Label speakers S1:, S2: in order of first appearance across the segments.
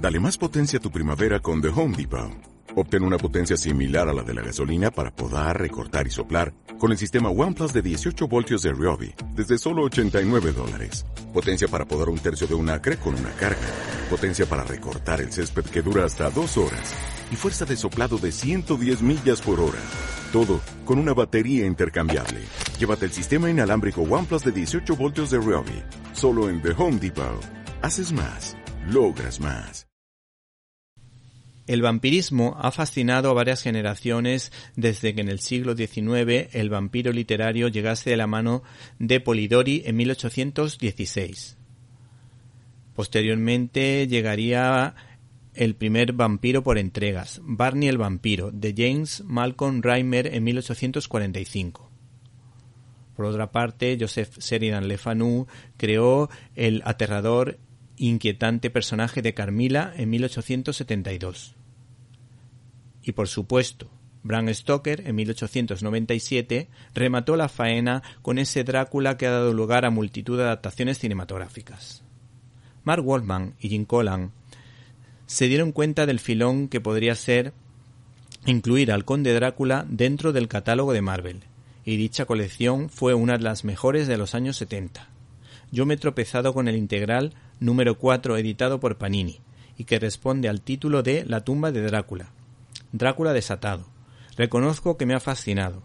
S1: Dale más potencia a tu primavera con The Home Depot. Obtén una potencia similar a la de la gasolina para podar, recortar y soplar con el sistema OnePlus de 18 voltios de Ryobi desde solo $89. Potencia para podar un tercio de un acre con una carga. Potencia para recortar el césped que dura hasta 2 horas. Y fuerza de soplado de 110 millas por hora. Todo con una batería intercambiable. Llévate el sistema inalámbrico OnePlus de 18 voltios de Ryobi. Solo en The Home Depot. Haces más. Logras más.
S2: El vampirismo ha fascinado a varias generaciones desde que en el siglo XIX el vampiro literario llegase de la mano de Polidori en 1816. Posteriormente llegaría el primer vampiro por entregas, Barney el vampiro, de James Malcolm Reimer en 1845. Por otra parte, Joseph Sheridan Le Fanu creó el aterrador inquietante personaje de Carmilla en 1872. Y por supuesto, Bram Stoker en 1897 remató la faena con ese Drácula que ha dado lugar a multitud de adaptaciones cinematográficas. Mark Waldman y Jim Collan se dieron cuenta del filón que podría ser incluir al Conde Drácula dentro del catálogo de Marvel, y dicha colección fue una de las mejores de los años 70. Yo me he tropezado con el integral número 4 editado por Panini, y que responde al título de La tumba de Drácula, Drácula desatado. Reconozco que me ha fascinado.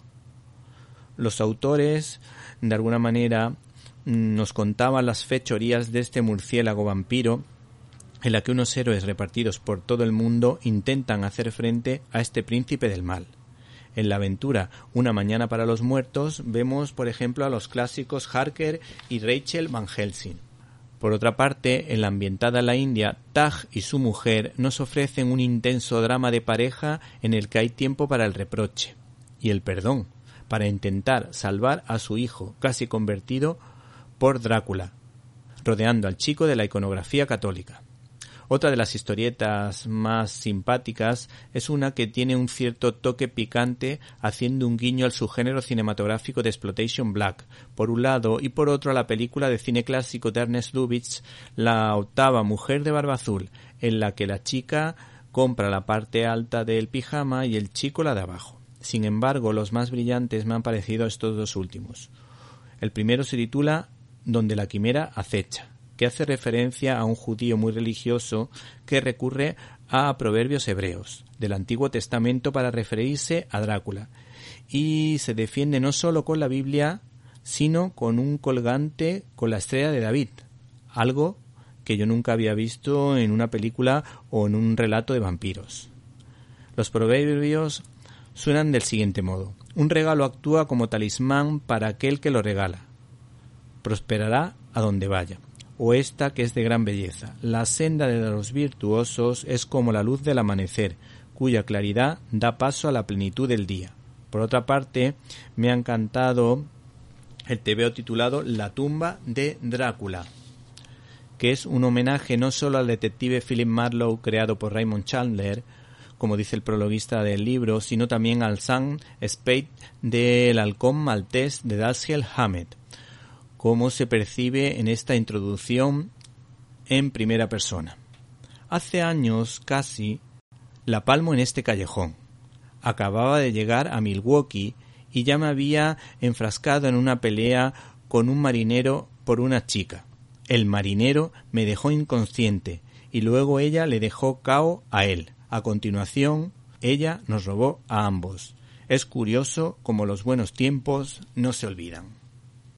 S2: Los autores, de alguna manera, nos contaban las fechorías de este murciélago vampiro, en la que unos héroes repartidos por todo el mundo intentan hacer frente a este príncipe del mal. En la aventura Una mañana para los muertos vemos, por ejemplo, a los clásicos Harker y Rachel Van Helsing. Por otra parte, en la ambientada en la India, Taj y su mujer nos ofrecen un intenso drama de pareja en el que hay tiempo para el reproche y el perdón, para intentar salvar a su hijo, casi convertido por Drácula, rodeando al chico de la iconografía católica. Otra de las historietas más simpáticas es una que tiene un cierto toque picante, haciendo un guiño al subgénero cinematográfico de Exploitation Black, por un lado, y por otro a la película de cine clásico de Ernest Lubitsch, La octava mujer de barba azul, en la que la chica compra la parte alta del pijama y el chico la de abajo. Sin embargo, los más brillantes me han parecido estos dos últimos. El primero se titula Donde la quimera acecha, que hace referencia a un judío muy religioso que recurre a proverbios hebreos del Antiguo Testamento para referirse a Drácula, y se defiende no solo con la Biblia, sino con un colgante con la estrella de David, algo que yo nunca había visto en una película o en un relato de vampiros. Los proverbios suenan del siguiente modo: un regalo actúa como talismán para aquel que lo regala, prosperará a donde vaya. O esta que es de gran belleza: la senda de los virtuosos es como la luz del amanecer, cuya claridad da paso a la plenitud del día. Por otra parte, me ha encantado el tebeo titulado La tumba de Drácula, que es un homenaje no solo al detective Philip Marlowe creado por Raymond Chandler, como dice el prologuista del libro, sino también al Sam Spade del halcón maltés de Dashiell Hammett, como se percibe en esta introducción en primera persona. Hace años casi la palmo en este callejón. Acababa de llegar a Milwaukee y ya me había enfrascado en una pelea con un marinero por una chica. El marinero me dejó inconsciente y luego ella le dejó cao a él. A continuación, ella nos robó a ambos. Es curioso cómo los buenos tiempos no se olvidan.